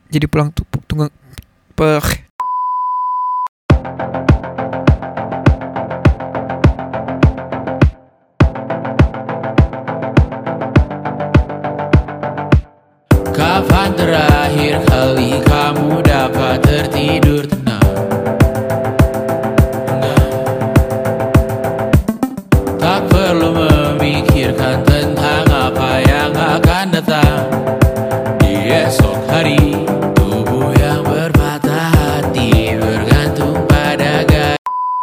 jadi pulang tunggu Kapan terakhir kali kamu dapat tertidur tenang? Tak perlu memikirkan tentang apa yang akan datang di esok hari. Tubuh yang berpatah hati bergantung pada gaya.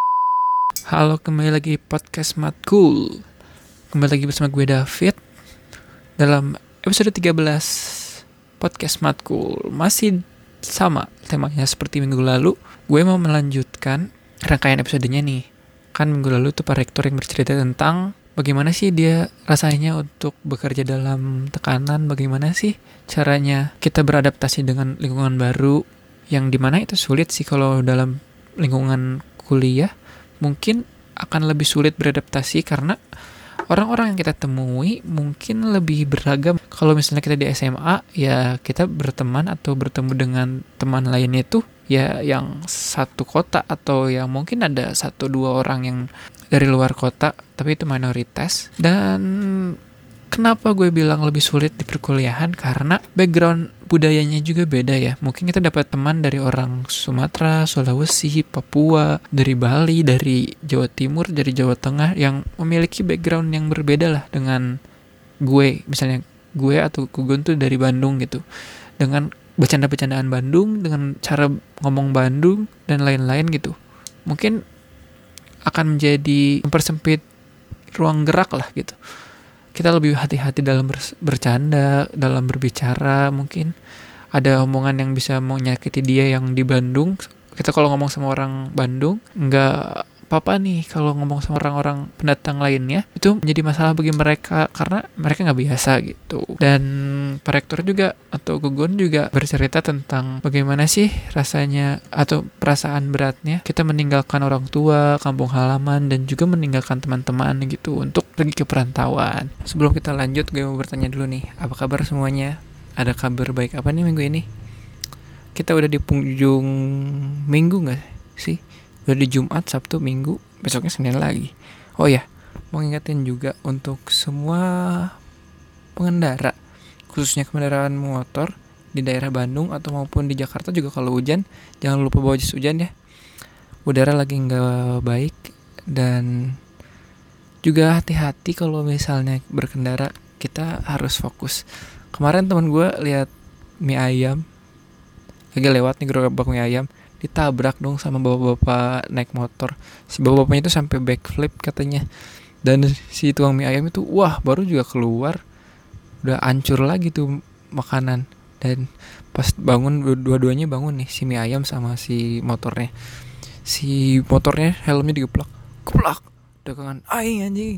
Halo, kembali lagi podcast Matkul. Kembali lagi bersama gue David dalam episode 13 podcast Matkul. Masih sama temanya seperti minggu lalu. Gue mau melanjutkan rangkaian episodenya nih. Kan minggu lalu tuh Pak Rektor yang bercerita tentang bagaimana sih dia rasanya untuk bekerja dalam tekanan, bagaimana sih caranya kita beradaptasi dengan lingkungan baru, yang dimana itu sulit sih kalau dalam lingkungan kuliah. Mungkin akan lebih sulit beradaptasi karena orang-orang yang kita temui mungkin lebih beragam. Kalau misalnya kita di SMA, ya kita berteman atau bertemu dengan teman lainnya itu ya yang satu kota, atau yang mungkin ada 1-2 orang yang dari luar kota, tapi itu minoritas. Dan kenapa gue bilang lebih sulit di perkuliahan? Karena background budayanya juga beda ya. Mungkin kita dapat teman dari orang Sumatera, Sulawesi, Papua, dari Bali, dari Jawa Timur, dari Jawa Tengah, yang memiliki background yang berbeda lah dengan gue. Misalnya gue atau Gugun tuh dari Bandung gitu, dengan bercanda-bercandaan Bandung, dengan cara ngomong Bandung, dan lain-lain gitu. Mungkin akan menjadi mempersempit ruang gerak lah gitu. Kita lebih hati-hati dalam bercanda, dalam berbicara. Mungkin ada omongan yang bisa menyakiti dia yang di Bandung. Kita kalau ngomong sama orang Bandung, nggak apa-apa nih kalau ngomong sama orang-orang pendatang lainnya. Itu menjadi masalah bagi mereka, karena mereka nggak biasa gitu. Dan Pak Rektor juga, atau Gugun juga bercerita tentang bagaimana sih rasanya atau perasaan beratnya kita meninggalkan orang tua, kampung halaman, dan juga meninggalkan teman-teman gitu untuk pergi ke perantauan. Sebelum kita lanjut, gue mau bertanya dulu nih, apa kabar semuanya? Ada kabar baik apa nih minggu ini? Kita udah di penghujung minggu nggak sih? Udah di Jumat, Sabtu, Minggu, besoknya Senin lagi. Oh ya, mau ngingetin juga untuk semua pengendara, khususnya kendaraan motor di daerah Bandung atau maupun di Jakarta juga, kalau hujan jangan lupa bawa jas hujan ya. Udara lagi nggak baik, dan juga hati-hati kalau misalnya berkendara, kita harus fokus. Kemarin teman gue lihat mie ayam lagi lewat nih, gerobak mie ayam, ditabrak dong sama bapak-bapak naik motor. Si bapak-bapaknya itu sampai backflip katanya. Dan si tukang mie ayam itu, wah, baru juga keluar udah hancur lagi tuh makanan. Dan pas bangun, dua-duanya bangun nih, si mie ayam sama si motornya. Si motornya helmnya digeplak, keplak, dagangan aing anjing.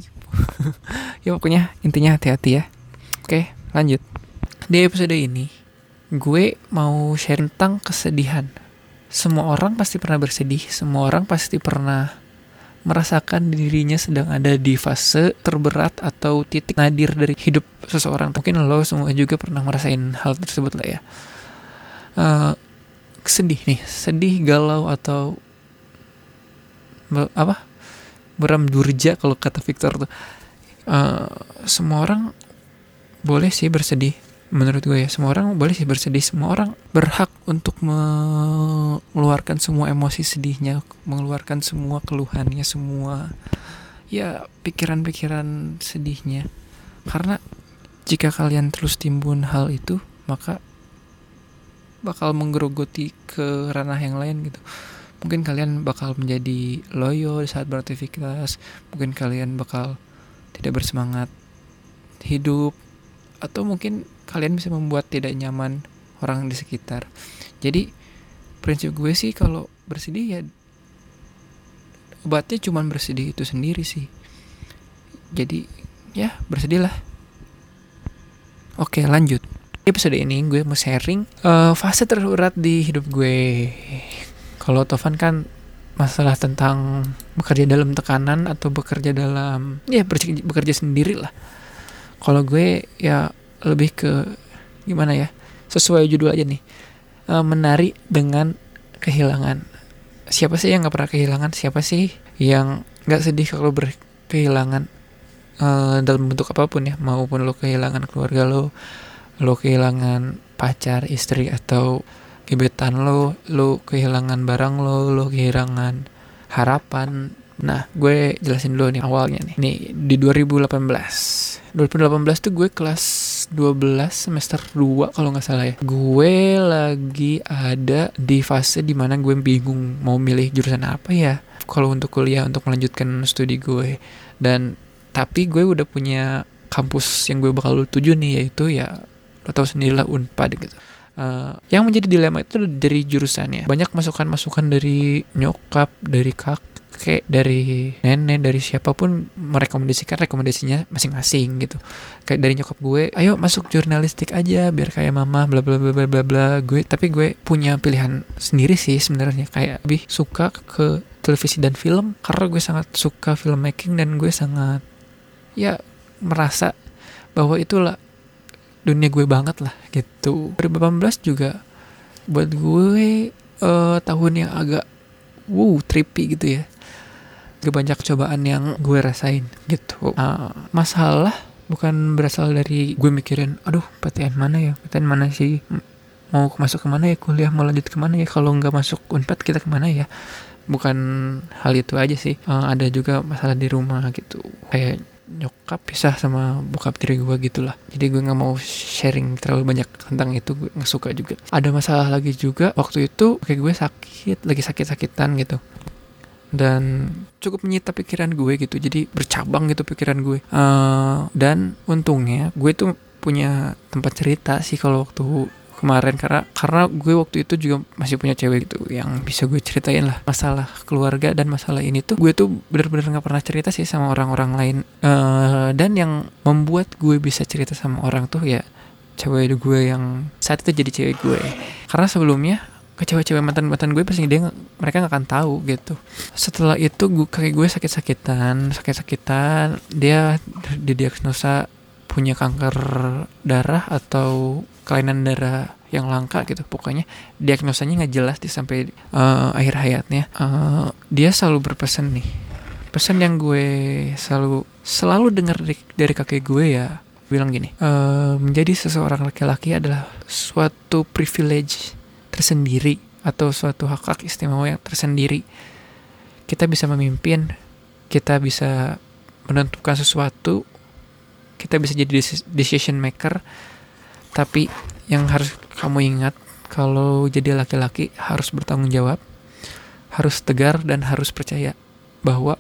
Ya pokoknya intinya hati-hati ya. Oke, lanjut. Di episode ini gue mau share tentang kesedihan. Semua orang pasti pernah bersedih, semua orang pasti pernah merasakan dirinya sedang ada di fase terberat atau titik nadir dari hidup seseorang. Mungkin lo semua juga pernah ngerasain hal tersebut lah ya. Sedih nih, sedih, galau, atau beram durja kalau kata Victor tuh. Semua orang boleh sih bersedih. Menurut gue ya, semua orang boleh sih bersedih. Semua orang berhak untuk mengeluarkan semua emosi sedihnya, mengeluarkan semua keluhannya, semua ya pikiran-pikiran sedihnya. Karena jika kalian terus timbun hal itu, maka bakal menggerogoti ke ranah yang lain gitu. Mungkin kalian bakal menjadi loyo saat beraktivitas, mungkin kalian bakal tidak bersemangat hidup, atau mungkin kalian bisa membuat tidak nyaman orang di sekitar. Jadi prinsip gue sih kalau bersedih ya obatnya cuma bersedih itu sendiri sih. Jadi ya bersedihlah. Oke, lanjut. Di episode ini gue mau sharing fase terberat di hidup gue. Kalau Tovan kan masalah tentang bekerja dalam tekanan atau bekerja dalam bekerja sendiri lah. Kalau gue ya lebih ke gimana ya, sesuai judul aja nih, menari dengan kehilangan. Siapa sih yang nggak pernah kehilangan? Siapa sih yang nggak sedih kalau berkehilangan dalam bentuk apapun ya, maupun lo kehilangan keluarga lo kehilangan pacar, istri, atau gebetan lo kehilangan barang lo kehilangan harapan. Nah, gue jelasin dulu nih awalnya nih. Nih, di 2018 tuh gue kelas 12 semester 2 kalau nggak salah ya. Gue lagi ada di fase dimana gue bingung mau milih jurusan apa ya kalau untuk kuliah, untuk melanjutkan studi gue. Dan tapi gue udah punya kampus yang gue bakal tuju nih, yaitu ya lo tau sendirilah, Unpad gitu. Yang menjadi dilema itu dari jurusannya. Banyak masukan-masukan dari nyokap, dari kakek, dari nenek, dari siapapun merekomendasikan rekomendasinya masing-masing gitu. Kayak dari nyokap gue, ayo masuk jurnalistik aja biar kayak mama, bla bla bla bla bla bla. Tapi gue punya pilihan sendiri sih sebenarnya, kayak lebih suka ke televisi dan film karena gue sangat suka filmmaking dan gue sangat ya merasa bahwa itulah dunia gue banget lah gitu. 2018 juga buat gue tahun yang agak trippy gitu ya. Gak banyak cobaan yang gue rasain gitu. Masalah bukan berasal dari gue mikirin, aduh PTN mana sih, mau masuk kemana ya, kuliah mau lanjut kemana ya, kalau nggak masuk Unpad kita kemana ya. Bukan hal itu aja sih. Ada juga masalah di rumah gitu, kayak nyokap pisah sama bokap tiri gue gitulah. Jadi gue nggak mau sharing terlalu banyak tentang itu, gue nggak suka juga. Ada masalah lagi juga waktu itu kayak gue lagi sakit-sakitan gitu, dan cukup menyita pikiran gue gitu. Jadi bercabang gitu pikiran gue. Dan untungnya gue tuh punya tempat cerita sih kalau waktu kemarin, karena gue waktu itu juga masih punya cewek gitu yang bisa gue ceritain lah masalah keluarga. Dan masalah ini tuh gue tuh benar-benar nggak pernah cerita sih sama orang-orang lain. Dan yang membuat gue bisa cerita sama orang tuh ya cewek gue yang saat itu jadi cewek gue. Karena sebelumnya ke cewek-cewek mantan gue pasti mereka nggak akan tahu gitu. Setelah itu kakek gue sakit-sakitan, dia didiagnosa punya kanker darah atau kelainan darah yang langka gitu. Pokoknya diagnosanya nggak jelas sampai akhir hayatnya. Dia selalu berpesan nih, pesan yang gue selalu dengar dari kakek gue ya, bilang gini, menjadi seseorang laki-laki adalah suatu privilege tersendiri atau suatu hak istimewa yang tersendiri. Kita bisa memimpin, kita bisa menentukan sesuatu, kita bisa jadi decision maker. Tapi yang harus kamu ingat, kalau jadi laki-laki harus bertanggung jawab, harus tegar, dan harus percaya bahwa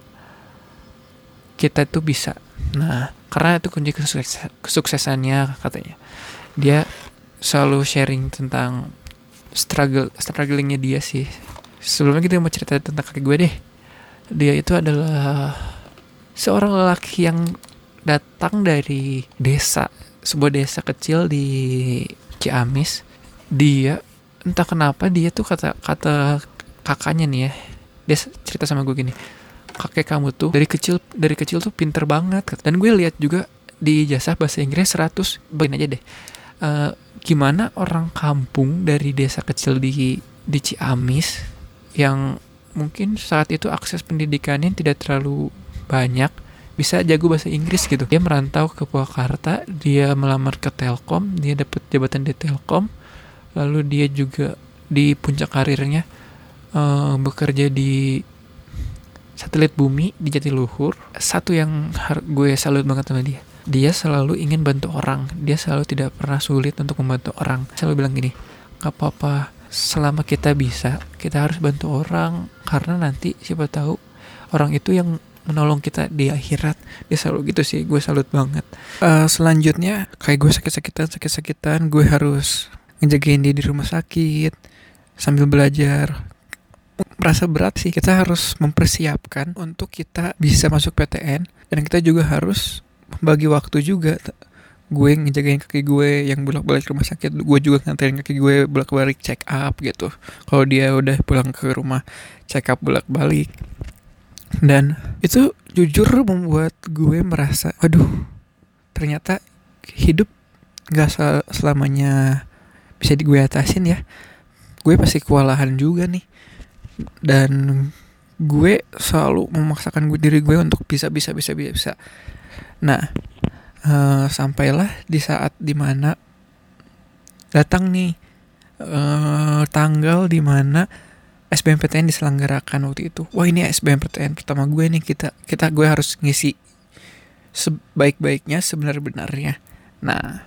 kita itu bisa. Nah, karena itu kunci kesuksesannya katanya. Dia selalu sharing tentang strugglingnya dia sih. Sebelumnya kita mau cerita tentang kakek gue deh. Dia itu adalah seorang lelaki yang datang dari sebuah desa kecil di Ciamis. Dia entah kenapa dia tuh kata kakaknya nih ya, dia cerita sama gue gini, kakek kamu tuh dari kecil tuh pinter banget. Dan gue lihat juga di ijazah bahasa Inggris 100. Bagian aja deh, gimana orang kampung dari desa kecil di Ciamis yang mungkin saat itu akses pendidikannya tidak terlalu banyak bisa jago bahasa Inggris gitu. Dia merantau ke Purwakarta, dia melamar ke Telkom, dia dapat jabatan di Telkom. Lalu dia juga di puncak karirnya bekerja di satelit bumi di Jatiluhur. Satu yang gue salut banget sama dia, dia selalu ingin bantu orang. Dia selalu tidak pernah sulit untuk membantu orang. Selalu bilang gini, gak apa-apa, selama kita bisa, kita harus bantu orang, karena nanti siapa tahu orang itu yang menolong kita di akhirat. Dia selalu gitu sih, gue salut banget. Selanjutnya kayak gue sakit-sakitan, gue harus ngejagain dia di rumah sakit sambil belajar. Merasa berat sih, kita harus mempersiapkan untuk kita bisa masuk PTN, dan kita juga harus bagi waktu juga. Gue ngejagain kaki gue yang bolak-balik ke rumah sakit, gue juga nganterin kaki gue bolak-balik check up gitu. Kalau dia udah pulang ke rumah, check up bolak-balik. Dan itu jujur membuat gue merasa, aduh, ternyata hidup gak selamanya bisa gue atasin ya. gue pasti kewalahan juga nih. Dan gue selalu memaksakan diri gue untuk bisa. Nah, sampailah di saat dimana datang nih tanggal dimana SBMPTN diselenggarakan waktu itu. Wah, ini SBMPTN pertama gue nih, gue harus ngisi sebaik-baiknya, sebenar-benarnya. Nah,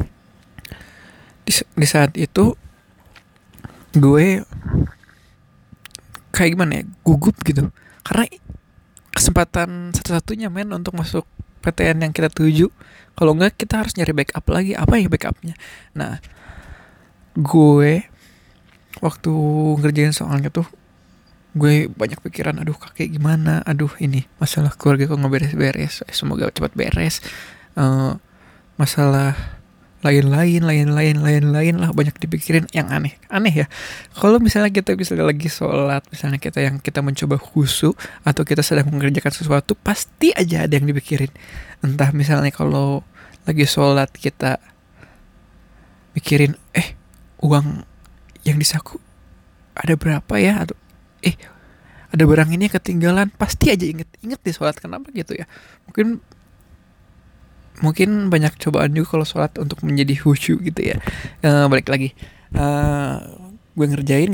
di saat itu gue kayak gimana ya, gugup gitu, karena kesempatan satu-satunya untuk masuk PTN yang kita tuju. Kalau enggak kita harus nyari backup lagi. Apa ya backupnya? Nah, gue waktu ngerjain soalnya tuh gue banyak pikiran, aduh kakek gimana, aduh ini masalah keluarga kok nggak beres-beres, semoga cepat beres. Masalah lain-lain lah, banyak dipikirin yang aneh ya. Kalau misalnya kita lagi sholat, misalnya kita mencoba khusyuk atau kita sedang mengerjakan sesuatu, pasti aja ada yang dipikirin. Entah misalnya kalau lagi sholat kita mikirin uang yang di saku ada berapa ya, atau ada barang ini ketinggalan, pasti aja inget di sholat. Kenapa gitu ya? Mungkin banyak cobaan juga kalau sholat untuk menjadi khusyuk gitu ya. Balik lagi, gue ngerjain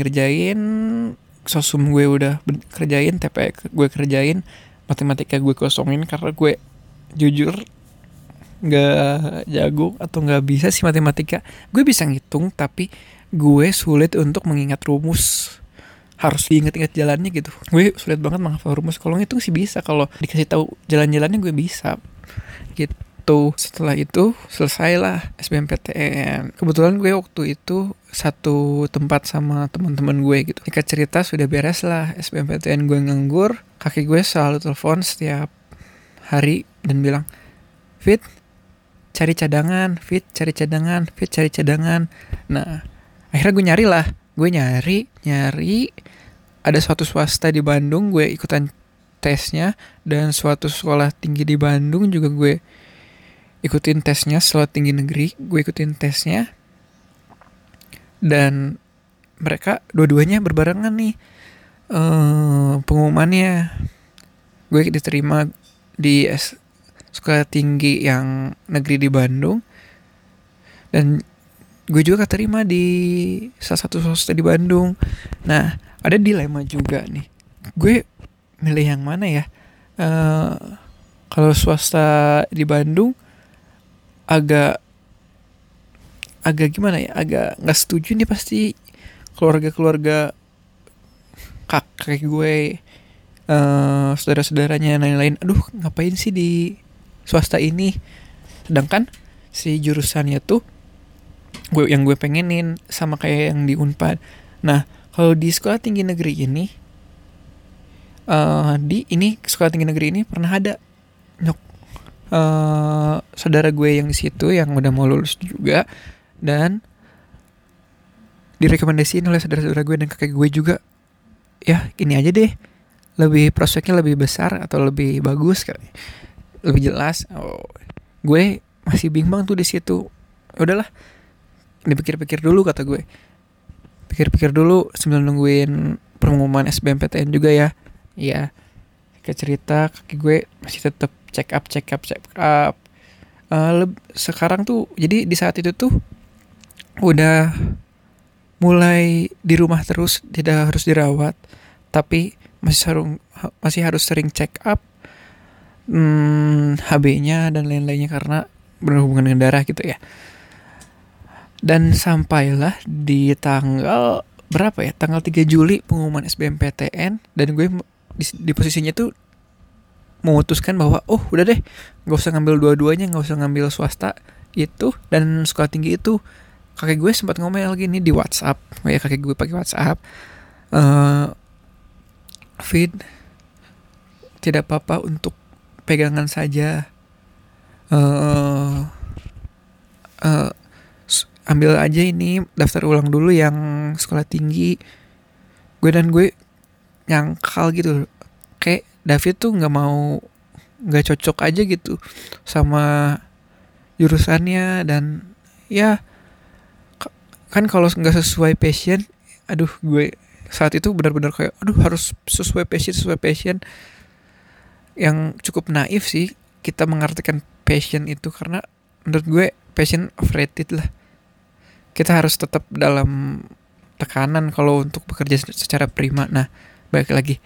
sosum gue udah kerjain, TP gue kerjain, matematika gue kosongin karena gue jujur nggak jago atau nggak bisa sih matematika. Gue bisa ngitung tapi gue sulit untuk mengingat rumus. Harus diingat-ingat jalannya gitu. Gue sulit banget menghafal rumus. Kalau ngitung sih bisa, kalau dikasih tahu jalan-jalannya gue bisa. Gitu. Setelah itu selesailah SBMPTN. Kebetulan gue waktu itu satu tempat sama teman-teman gue gitu. Singkat cerita sudah beres lah SBMPTN, gue nganggur. Kakek gue selalu telepon setiap hari dan bilang, Fit, cari cadangan. Nah, akhirnya gue nyari ada suatu swasta di Bandung, gue ikutan tesnya, dan suatu sekolah tinggi di Bandung juga gue ikutin tesnya. Sekolah tinggi negeri gue ikutin tesnya, dan mereka dua-duanya berbarengan nih pengumumannya. Gue diterima di sekolah tinggi yang negeri di Bandung, dan gue juga keterima di salah satu swasta di Bandung. Nah, ada dilema juga nih, gue milih yang mana ya. Kalau swasta di Bandung agak gimana ya, agak nggak setuju nih pasti keluarga kakek gue, saudara-saudaranya, lain-lain. Aduh, ngapain sih di swasta ini? Sedangkan si jurusannya tuh yang gue pengenin sama kayak yang di Unpad. Nah, kalau di sekolah tinggi negeri ini, sekolah tinggi negeri ini pernah ada saudara gue yang di situ yang udah mau lulus juga, dan direkomendasiin oleh saudara-saudara gue dan kakek gue juga, ya ini aja deh, lebih prospeknya lebih besar atau lebih bagus, lebih jelas. Gue masih bimbang tuh di situ. Udahlah, dipikir-pikir dulu, kata gue. Pikir-pikir dulu sambil nungguin pengumuman SBMPTN juga ya. Iya. Kayak cerita, kaki gue masih tetap check up. Sekarang tuh, jadi di saat itu tuh udah mulai di rumah terus, tidak harus dirawat, tapi masih harus sering check up, HB-nya dan lain-lainnya karena berhubungan dengan darah gitu ya. Dan sampailah di tanggal berapa ya? Tanggal 3 Juli pengumuman SBMPTN, dan gue di posisinya tuh memutuskan bahwa udah deh, gak usah ngambil dua-duanya, gak usah ngambil swasta itu dan sekolah tinggi itu. Kakek gue sempat ngomel lagi nih di WhatsApp, kayak kakek gue pakai WhatsApp, Fit, tidak apa-apa untuk pegangan saja, ambil aja ini, daftar ulang dulu yang sekolah tinggi. Gue nyangkal gitu, kayak David tuh nggak cocok aja gitu sama jurusannya, dan ya kan kalau nggak sesuai passion aduh gue saat itu benar-benar kayak aduh harus sesuai passion yang cukup naif sih kita mengartikan passion itu, karena menurut gue passion overrated lah. Kita harus tetap dalam tekanan kalau untuk bekerja secara prima. Nah balik lagi,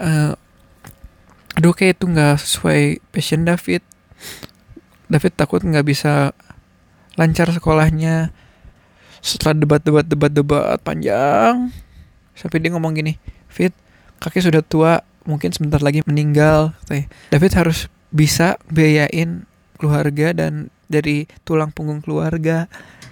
aduh kayak itu nggak sesuai passion David takut nggak bisa lancar sekolahnya. Setelah debat panjang sampai dia ngomong gini, Fit, kakek sudah tua, mungkin sebentar lagi meninggal, katanya. David harus bisa biayain keluarga dan dari tulang punggung keluarga.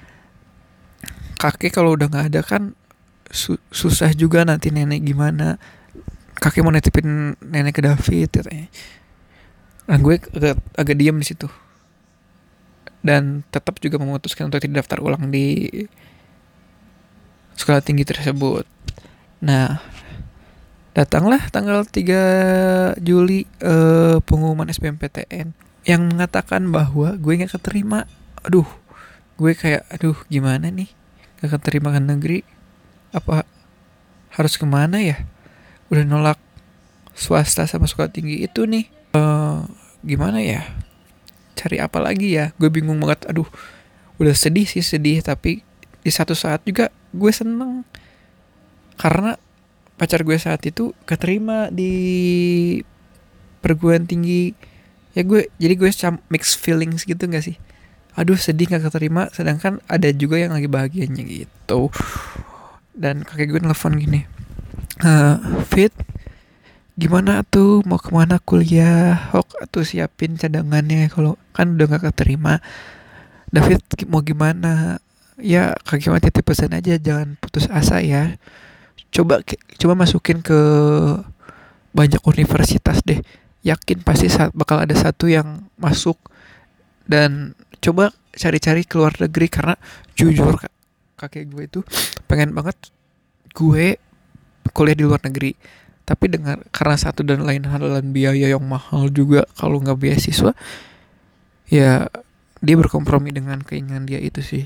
Kakek kalau udah nggak ada kan susah juga nanti nenek gimana. Kakek mau nitipin nenek ke David, katanya. Nah gue agak diam di situ dan tetap juga memutuskan untuk tidak daftar ulang di sekolah tinggi tersebut. Nah datanglah tanggal 3 Juli pengumuman SBMPTN yang mengatakan bahwa gue gak keterima. Aduh gue kayak aduh gimana nih, gak keterima ke negeri, apa harus kemana ya, udah nolak swasta sama sekolah tinggi itu nih, gimana ya, cari apa lagi ya. Gue bingung banget. Aduh udah sedih, tapi di satu saat juga gue seneng karena pacar gue saat itu keterima di perguruan tinggi ya. Jadi gue mixed feelings gitu gak sih, aduh sedih gak keterima, sedangkan ada juga yang lagi bahagianya gitu. Dan kakek gue nelfon gini, Fit, gimana tuh mau kemana kuliah, Hok atau siapin cadangannya kalau kan udah gak keterima. David mau gimana ya, kakek mah titip pesan aja, jangan putus asa ya, coba masukin ke banyak universitas deh, yakin pasti bakal ada satu yang masuk. Dan coba cari-cari keluar negeri, karena jujur kakek gue itu pengen banget gue kuliah di luar negeri, tapi karena satu dan lain hal dan biaya yang mahal juga kalau nggak beasiswa, ya dia berkompromi dengan keinginan dia itu sih.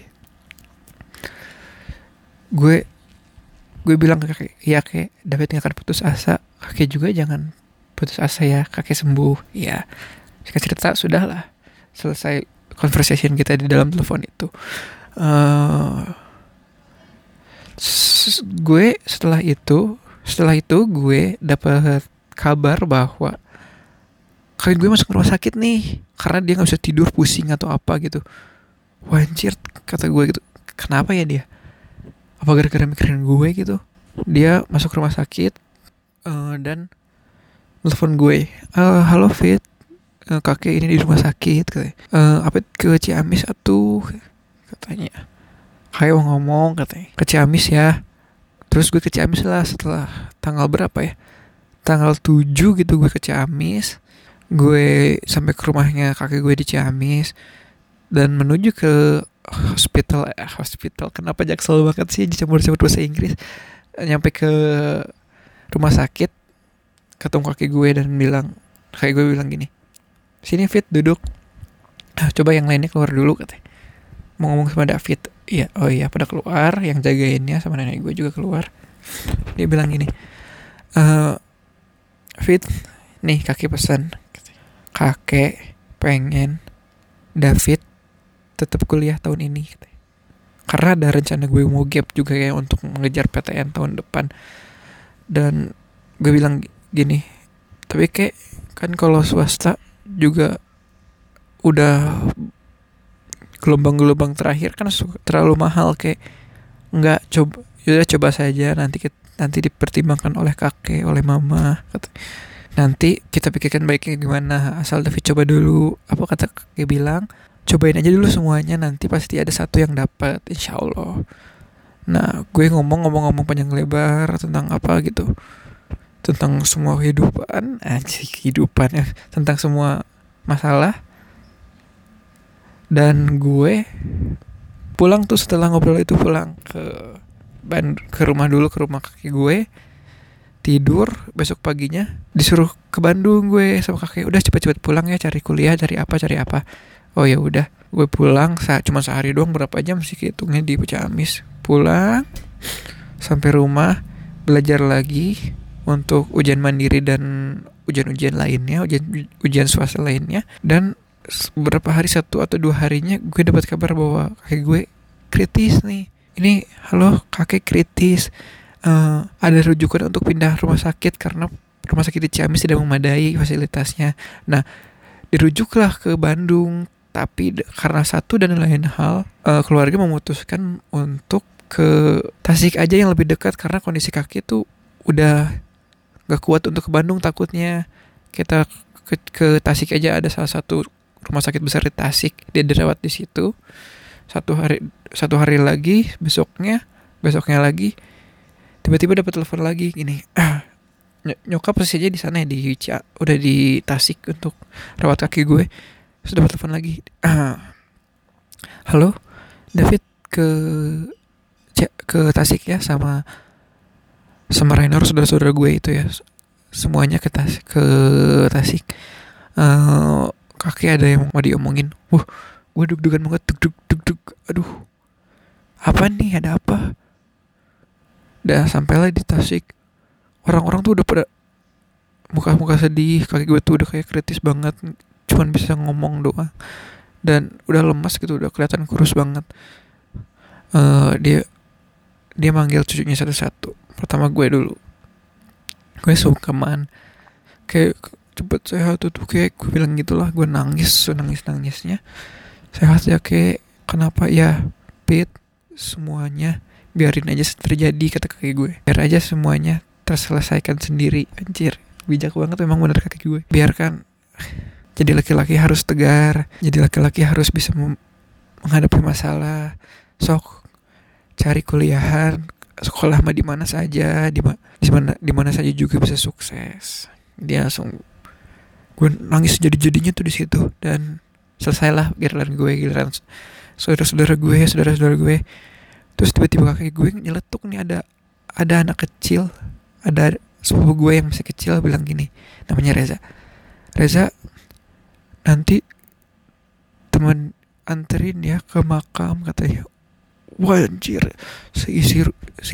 Gue bilang ke kakek, ya kakek, David gak akan putus asa, kakek juga jangan putus asa ya, kakek sembuh ya. Singkat cerita sudahlah selesai conversation kita di dalam telepon itu. Gue setelah itu gue dapat kabar bahwa kakek gue masuk rumah sakit nih karena dia nggak bisa tidur, pusing atau apa gitu. Wanjir, kata gue gitu, kenapa ya dia, apa gara-gara mikirin gue gitu. Dia masuk rumah sakit dan telepon gue, halo Fit, kakek ini di rumah sakit, katanya. Apa ke Ciamis atuh, katanya. Kayak mau ngomong, katanya ke Ciamis ya. Terus gue ke Ciamis lah setelah tanggal berapa ya, tanggal 7 gitu gue ke Ciamis. Gue sampai ke rumahnya kakek gue di Ciamis dan menuju ke hospital. Kenapa jaksel banget sih dicampur-campur bahasa Inggris. Nyampe ke rumah sakit, ketemu kakek gue dan kakek gue bilang gini, sini Fit, duduk, coba yang lainnya keluar dulu, katanya. Mau ngomong sama David. Iya, oh iya, pada keluar, yang jagainnya sama nenek gue juga keluar. Dia bilang gini, Fit, nih kakek pesan, kakek pengen David tetap kuliah tahun ini, katanya. Karena ada rencana gue mau gap juga ya untuk mengejar PTN tahun depan. Dan gue bilang gini, tapi kayak kan kalau swasta juga udah gelombang terakhir kan terlalu mahal, kayak nggak, coba saja, nanti dipertimbangkan oleh kakek, oleh mama, nanti kita pikirkan baiknya gimana, asal David coba dulu. Apa kata kakek bilang, cobain aja dulu semuanya, nanti pasti ada satu yang dapat, insyaallah. Nah gue ngomong panjang lebar tentang apa gitu, tentang semua kehidupan ya, tentang semua masalah. Dan gue pulang tuh, setelah ngobrol itu pulang ke rumah dulu, ke rumah kakek gue, tidur. Besok paginya disuruh ke Bandung gue sama kakek, udah cepet-cepet pulang ya, cari kuliah, cari apa. Oh ya udah, gue pulang cuma sehari doang, berapa jam sih hitungnya di Ciamis. Pulang Sampai rumah belajar lagi untuk ujian mandiri dan ujian-ujian lainnya, ujian swasta lainnya. Dan beberapa hari, 1 atau 2 harinya, gue dapat kabar bahwa kakek gue kritis nih. Ini, halo kakek kritis. Ada rujukan untuk pindah rumah sakit karena rumah sakit di Ciamis tidak memadai fasilitasnya. Nah, dirujuklah ke Bandung. Tapi karena satu dan lain hal, keluarga memutuskan untuk ke Tasik aja yang lebih dekat karena kondisi kaki tuh udah gak kuat untuk ke Bandung takutnya. Kita ke Tasik aja, ada salah satu rumah sakit besar di Tasik, dia dirawat di situ. Satu hari lagi, besoknya lagi tiba-tiba dapat telepon lagi gini, nyokap pasti aja di sana ya, udah di Tasik untuk rawat kaki gue. Terus dapat telepon lagi, halo David, ke Tasik ya, sama Rainer, saudara-saudara gue itu ya, semuanya ke Tasik. Kakek ada yang mau diomongin. Gue deg-degan banget, deg. Aduh, apa nih, ada apa? Udah sampailah di Tasik, orang-orang tuh udah pada muka-muka sedih. Kakek gue tuh udah kayak kritis banget, cuman bisa ngomong doang dan udah lemas gitu, udah kelihatan kurus banget. Dia manggil cucunya satu-satu. Pertama gue dulu. Gue sungkeman, kayak cepet sehat tuh, kayak gue bilang gitulah. Gue nangisnya. Sehat ya kayak, kenapa ya Pit, semuanya biarin aja terjadi, kata kakek gue. Biar aja semuanya terselesaikan sendiri. Anjir, bijak banget memang bener kakek gue. Biarkan. Jadi laki-laki harus tegar. Jadi laki-laki harus bisa menghadapi masalah. Sok cari kuliahan, sekolah mah di mana saja, di mana saja juga bisa sukses. Dia langsung, gue nangis jadi-jadinya tuh di situ. Dan selesailah giliran saudara-saudara gue. Terus tiba-tiba kakek gue nyeletuk nih, ada anak kecil, ada sepupu gue yang masih kecil bilang gini, namanya Reza, nanti teman anterin ya ke makam, katanya. Wah anjir, seisi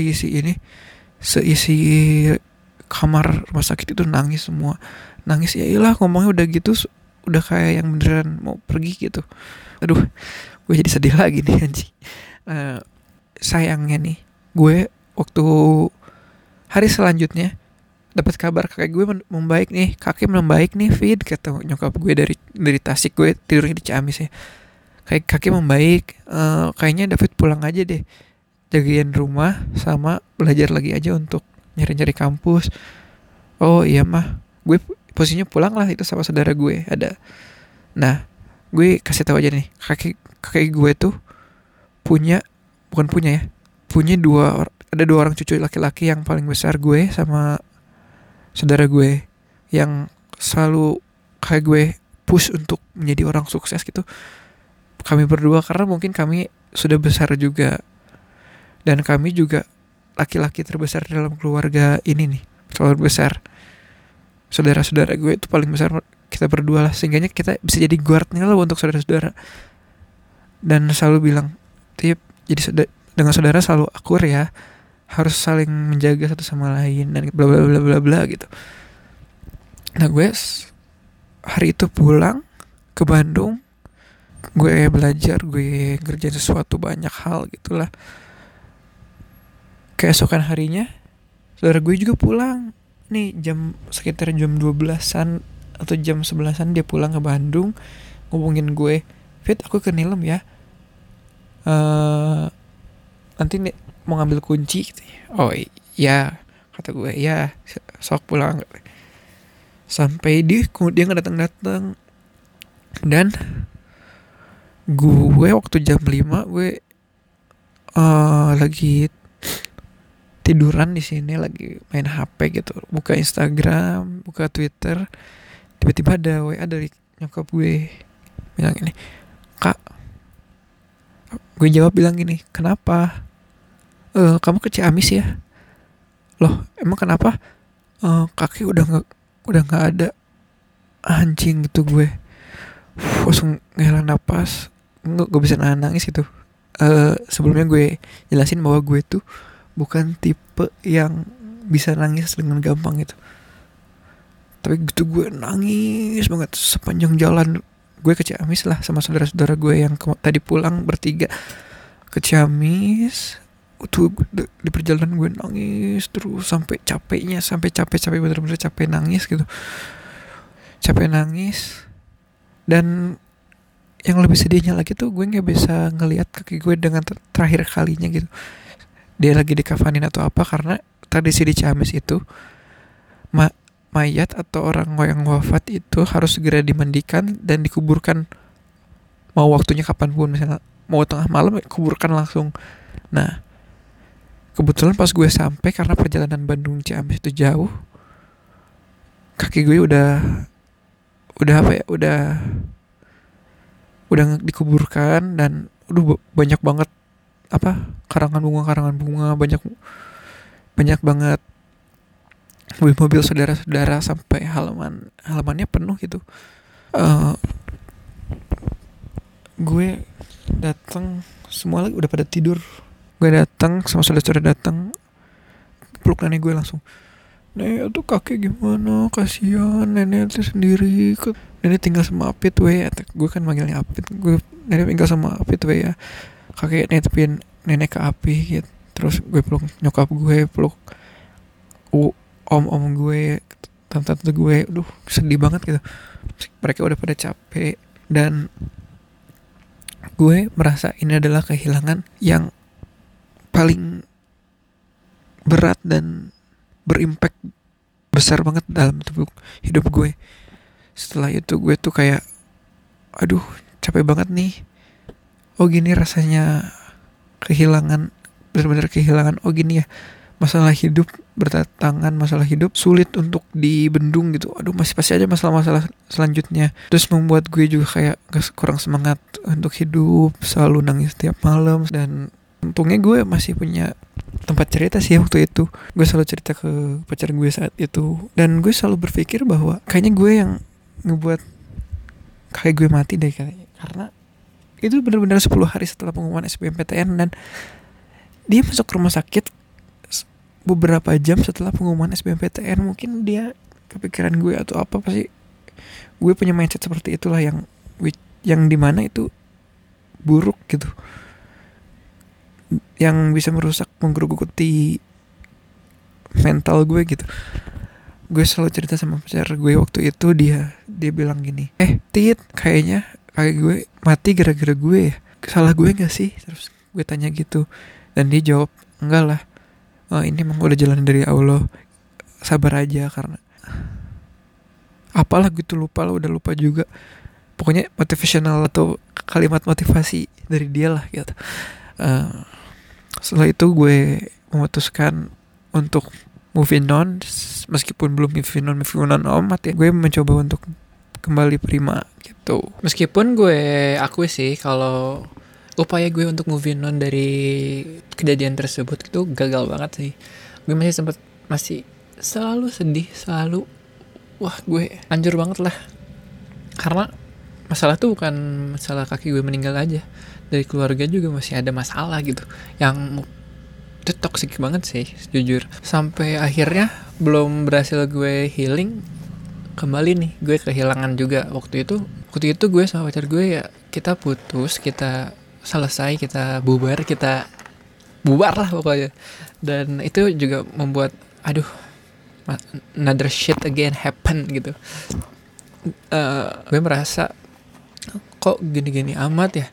kamar rumah sakit itu nangis semua. Nangis, ya iyalah, ngomongnya udah gitu, udah kayak yang beneran mau pergi gitu. Aduh, gue jadi sedih lagi nih anjing. Sayangnya nih, gue waktu hari selanjutnya dapat kabar kakek gue membaik nih. Kakek membaik nih, Fit, kata nyokap gue dari Tasik. Gue tidurnya di Ciamis ya. Kakek membaik. Kayaknya David pulang aja deh, jagain rumah sama belajar lagi aja untuk nyari-nyari kampus. Oh iya mah, gue posisinya pulang lah itu sama saudara gue ada. Nah, gue kasih tahu aja nih, kakek gue tuh punya ada 2 orang cucu laki-laki. Yang paling besar gue sama saudara gue, yang selalu kayak gue push untuk menjadi orang sukses gitu. Kami berdua, karena mungkin kami sudah besar juga, dan kami juga laki-laki terbesar dalam keluarga ini nih, keluarga besar. Saudara-saudara gue itu paling besar kita berdua lah, sehingga kita bisa jadi guardnya lah untuk saudara-saudara. Dan selalu bilang, Tip, jadi dengan saudara selalu akur ya, harus saling menjaga satu sama lain, dan bla bla bla bla bla gitu. Nah, gue hari itu pulang ke Bandung, gue belajar, gue ngerjain sesuatu, banyak hal gitulah. Keesokan harinya saudara gue juga pulang nih, sekitar jam 12-an atau jam 11-an dia pulang ke Bandung, ngubungin gue, Fit, aku ke Nilem ya, nanti nih mau ngambil kunci gitu. Oh iya, kata gue, ya sok pulang. Sampai dia nggak datang. Dan gue waktu jam 5 gue lagi tiduran di sini, lagi main HP gitu, buka Instagram, buka Twitter, tiba-tiba ada WA dari nyokap gue bilang gini, Kak. Gue jawab bilang gini, kenapa? Kamu ke Ciamis ya? Loh, emang kenapa? Kaki udah nggak ada. Anjing gitu gue. Langsung ngela napas, nggak bisa nangis gitu. Sebelumnya gue jelasin bahwa gue tuh bukan tipe yang bisa nangis dengan gampang gitu. Tapi gitu gue nangis banget sepanjang jalan. Gue ke Ciamis lah sama saudara-saudara gue yang tadi pulang bertiga ke Ciamis. Tuh di perjalanan gue nangis terus sampai capek bener-bener capek nangis gitu. Capek nangis. Dan yang lebih sedihnya lagi tuh gue nggak bisa ngelihat kaki gue dengan terakhir kalinya gitu. Dia lagi dikafanin atau apa, karena tradisi di Ciamis itu mayat atau orang yang wafat itu harus segera dimandikan dan dikuburkan, mau waktunya kapanpun, misalnya mau tengah malam kuburkan langsung. Nah kebetulan pas gue sampai, karena perjalanan Bandung Ciamis itu jauh, kaki gue udah apa ya, udah dikuburkan, dan banyak banget apa karangan bunga, banyak banget mobil saudara-saudara sampai halamannya penuh gitu. Gue datang, semua lagi udah pada tidur. Gue datang sama saudara-saudara, datang peluk nenek gue langsung. Nek tuh kakek gimana, kasihan nenek tuh sendiri, nenek tinggal sama Apit we. Gue kan manggilnya Apit, nenek tinggal sama Apit we ya, kakek netepin nenek ke Api gitu. Terus gue peluk nyokap gue, peluk om gue, tante gue. Sedih banget gitu. Mereka udah pada capek, dan gue merasa ini adalah kehilangan yang paling berat dan berimpact besar banget dalam hidup gue. Setelah itu gue tuh kayak, aduh capek banget nih. Oh gini rasanya kehilangan, benar-benar kehilangan. Oh gini ya masalah hidup berdatangan, masalah hidup sulit untuk dibendung gitu. Aduh pasti aja masalah-masalah selanjutnya. Terus membuat gue juga kayak kurang semangat untuk hidup, selalu nangis tiap malam. Dan untungnya gue masih punya tempat cerita sih waktu itu. Gue selalu cerita ke pacar gue saat itu, dan gue selalu berpikir bahwa kayaknya gue yang ngebuat kakek gue mati deh kayaknya. Karena itu benar-benar 10 hari setelah pengumuman SBMPTN, dan dia masuk rumah sakit beberapa jam setelah pengumuman SBMPTN. Mungkin dia kepikiran gue atau apa, pasti gue punya mindset seperti itulah, yang dimana itu buruk gitu, yang bisa merusak, menggerogoti mental gue gitu. Gue selalu cerita sama pacar gue waktu itu, dia bilang gini, Tit, kayaknya kakek gue mati gara-gara gue ya, salah gue gak sih? Terus gue tanya gitu, dan dia jawab, enggak lah, ini emang udah jalan dari Allah, sabar aja. Karena apalah gitu, udah lupa juga. Pokoknya motivational atau kalimat motivasi dari dia lah gitu. Setelah itu gue memutuskan untuk moving on, meskipun belum moving on amat ya. Gue mencoba untuk kembali prima gitu. Meskipun gue akui sih kalau upaya gue untuk moving on dari kejadian tersebut itu gagal banget sih. Gue masih selalu sedih, selalu wah gue hancur banget lah. Karena masalah tuh bukan masalah kaki gue meninggal aja, dari keluarga juga masih ada masalah gitu, yang itu toxic banget sih jujur. Sampai akhirnya belum berhasil gue healing, kembali nih gue kehilangan juga. Waktu itu gue sama pacar gue ya, kita putus, kita selesai, kita bubar lah pokoknya. Dan itu juga membuat another shit again happen gitu. Gue merasa kok gini-gini amat ya,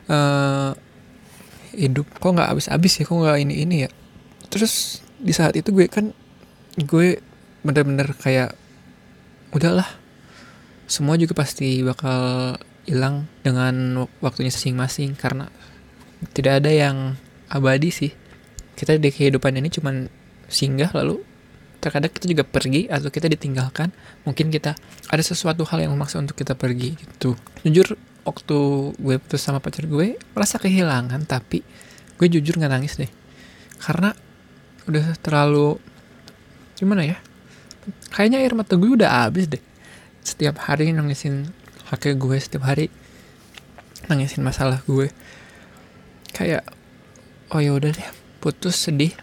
hidup kok nggak habis-habis ya, kok nggak ini ya. Terus di saat itu gue bener-bener kayak udahlah, semua juga pasti bakal hilang dengan waktunya masing-masing, karena tidak ada yang abadi sih. Kita di kehidupan ini cuman singgah, lalu terkadang kita juga pergi atau kita ditinggalkan. Mungkin kita ada sesuatu hal yang memaksa untuk kita pergi gitu. Jujur waktu gue putus sama pacar gue merasa kehilangan, tapi gue jujur gak nangis deh, karena udah terlalu gimana ya, kayaknya air mata gue udah habis deh. Setiap hari nangisin kakek gue, setiap hari nangisin masalah gue. Kayak oh ya udah deh, putus, sedih,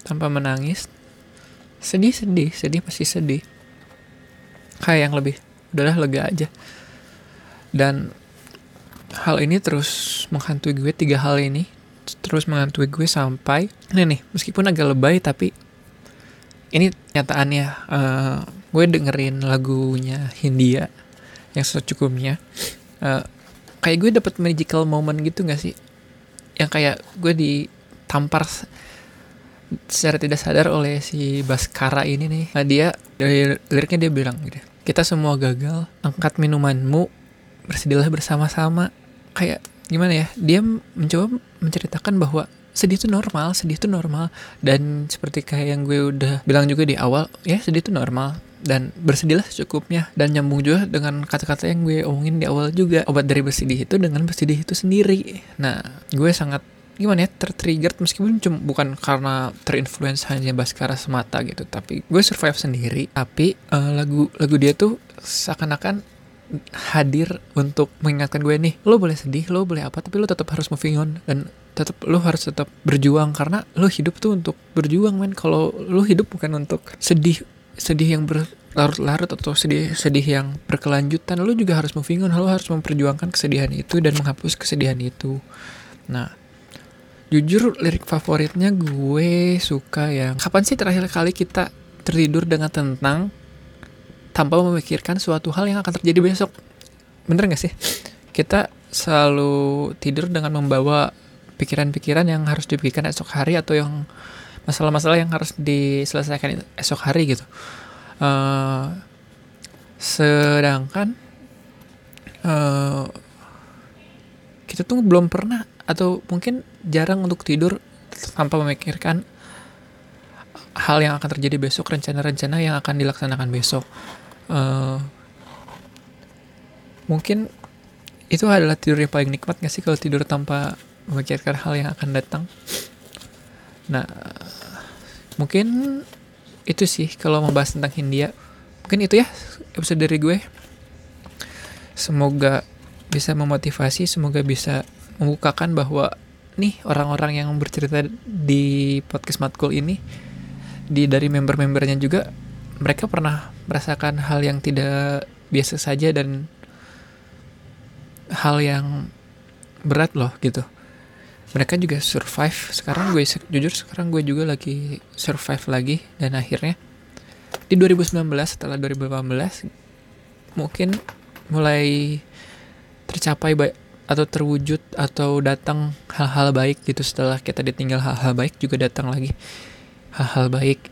tanpa menangis. Sedih masih sedih, kayak yang lebih udahlah lega aja. Dan hal ini terus menghantui gue, 3 hal ini terus menghantui gue sampai ini nih, meskipun agak lebay tapi ini nyataannya. Gue dengerin lagunya Hindia yang secukupnya, kayak gue dapet magical moment gitu gak sih, yang kayak gue ditampar secara tidak sadar oleh si Baskara ini nih. Nah, dia dari liriknya dia bilang gitu, kita semua gagal, angkat minumanmu, bersedihlah bersama-sama. Kayak gimana ya, dia mencoba menceritakan bahwa sedih itu normal. Dan seperti kayak yang gue udah bilang juga di awal, ya sedih itu normal dan bersedihlah secukupnya. Dan nyambung juga dengan kata-kata yang gue omongin di awal juga, obat dari bersedih itu dengan bersedih itu sendiri. Nah, gue sangat gimana ya, tertrigger, meskipun bukan karena terinfluence hanya Baskara semata gitu, tapi gue survive sendiri. Tapi lagu dia tuh seakan-akan hadir untuk mengingatkan gue nih, lo boleh sedih, lo boleh apa, tapi lo tetap harus moving on, dan lo harus tetap berjuang, karena lo hidup tuh untuk berjuang, men. Kalau lo hidup bukan untuk sedih yang berlarut-larut atau sedih yang berkelanjutan, lo juga harus moving on, lo harus memperjuangkan kesedihan itu dan menghapus kesedihan itu. Nah, jujur lirik favoritnya gue suka yang kapan sih terakhir kali kita tertidur dengan tenang tanpa memikirkan suatu hal yang akan terjadi besok. Bener gak sih? Kita selalu tidur dengan membawa pikiran-pikiran yang harus dipikirkan esok hari, atau yang masalah-masalah yang harus diselesaikan esok hari gitu. Sedangkan kita tuh belum pernah, atau mungkin jarang untuk tidur tanpa memikirkan hal yang akan terjadi besok, rencana-rencana yang akan dilaksanakan besok. Mungkin itu adalah tidur yang paling nikmat gak sih, kalau tidur tanpa memikirkan hal yang akan datang. Nah, mungkin itu sih kalau membahas tentang Hindia. Mungkin itu ya episode dari gue. Semoga bisa memotivasi, semoga bisa membukakan bahwa nih orang-orang yang bercerita di podcast Matkul ini, dari member-membernya juga, mereka pernah merasakan hal yang tidak biasa saja dan hal yang berat loh gitu. Mereka juga survive. Sekarang gue juga lagi survive lagi, dan akhirnya di 2019 setelah 2018 mungkin mulai tercapai atau terwujud atau datang hal-hal baik gitu. Setelah kita ditinggal hal-hal baik, juga datang lagi hal-hal baik.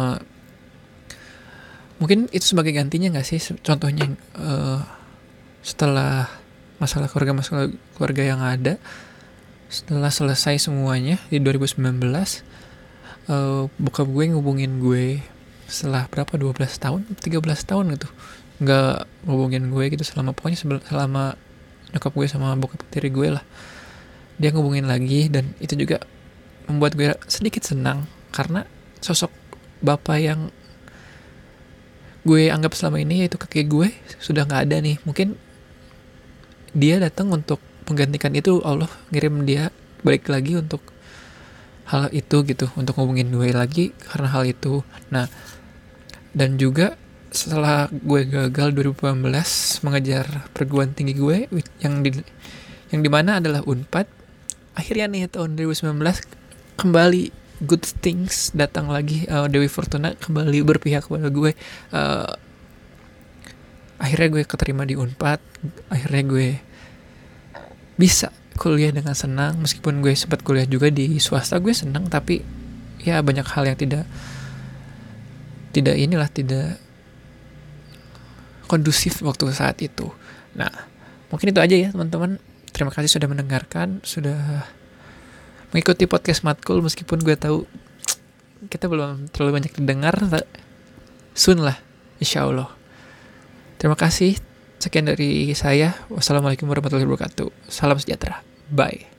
Mungkin itu sebagai gantinya gak sih? Contohnya setelah masalah keluarga yang ada, setelah selesai semuanya di 2019, bokap gue ngubungin gue setelah berapa, 12 tahun 13 tahun gitu nggak ngubungin gue gitu, selama nyokap gue sama bokap tiri gue lah, dia ngubungin lagi. Dan itu juga membuat gue sedikit senang, karena sosok bapak yang gue anggap selama ini, yaitu kakek gue, sudah nggak ada nih. Mungkin dia datang untuk menggantikan itu, Allah ngirim dia balik lagi untuk hal itu gitu, untuk ngubungin gue lagi karena hal itu. Nah, dan juga setelah gue gagal 2018 mengejar perguruan tinggi gue yang dimana adalah Unpad, akhirnya nih tahun 2019 kembali good things datang lagi. Dewi Fortuna kembali berpihak kepada gue. Akhirnya gue keterima di Unpad, akhirnya gue bisa kuliah dengan senang. Meskipun gue sempat kuliah juga di swasta, gue senang, tapi ya banyak hal yang tidak kondusif waktu saat itu. Nah, mungkin itu aja ya teman-teman. Terima kasih sudah mendengarkan, sudah mengikuti podcast Matkul, meskipun gue tahu kita belum terlalu banyak didengar. Soon lah, insya Allah. Terima kasih. Sekian dari saya. Wassalamualaikum warahmatullahi wabarakatuh. Salam sejahtera. Bye.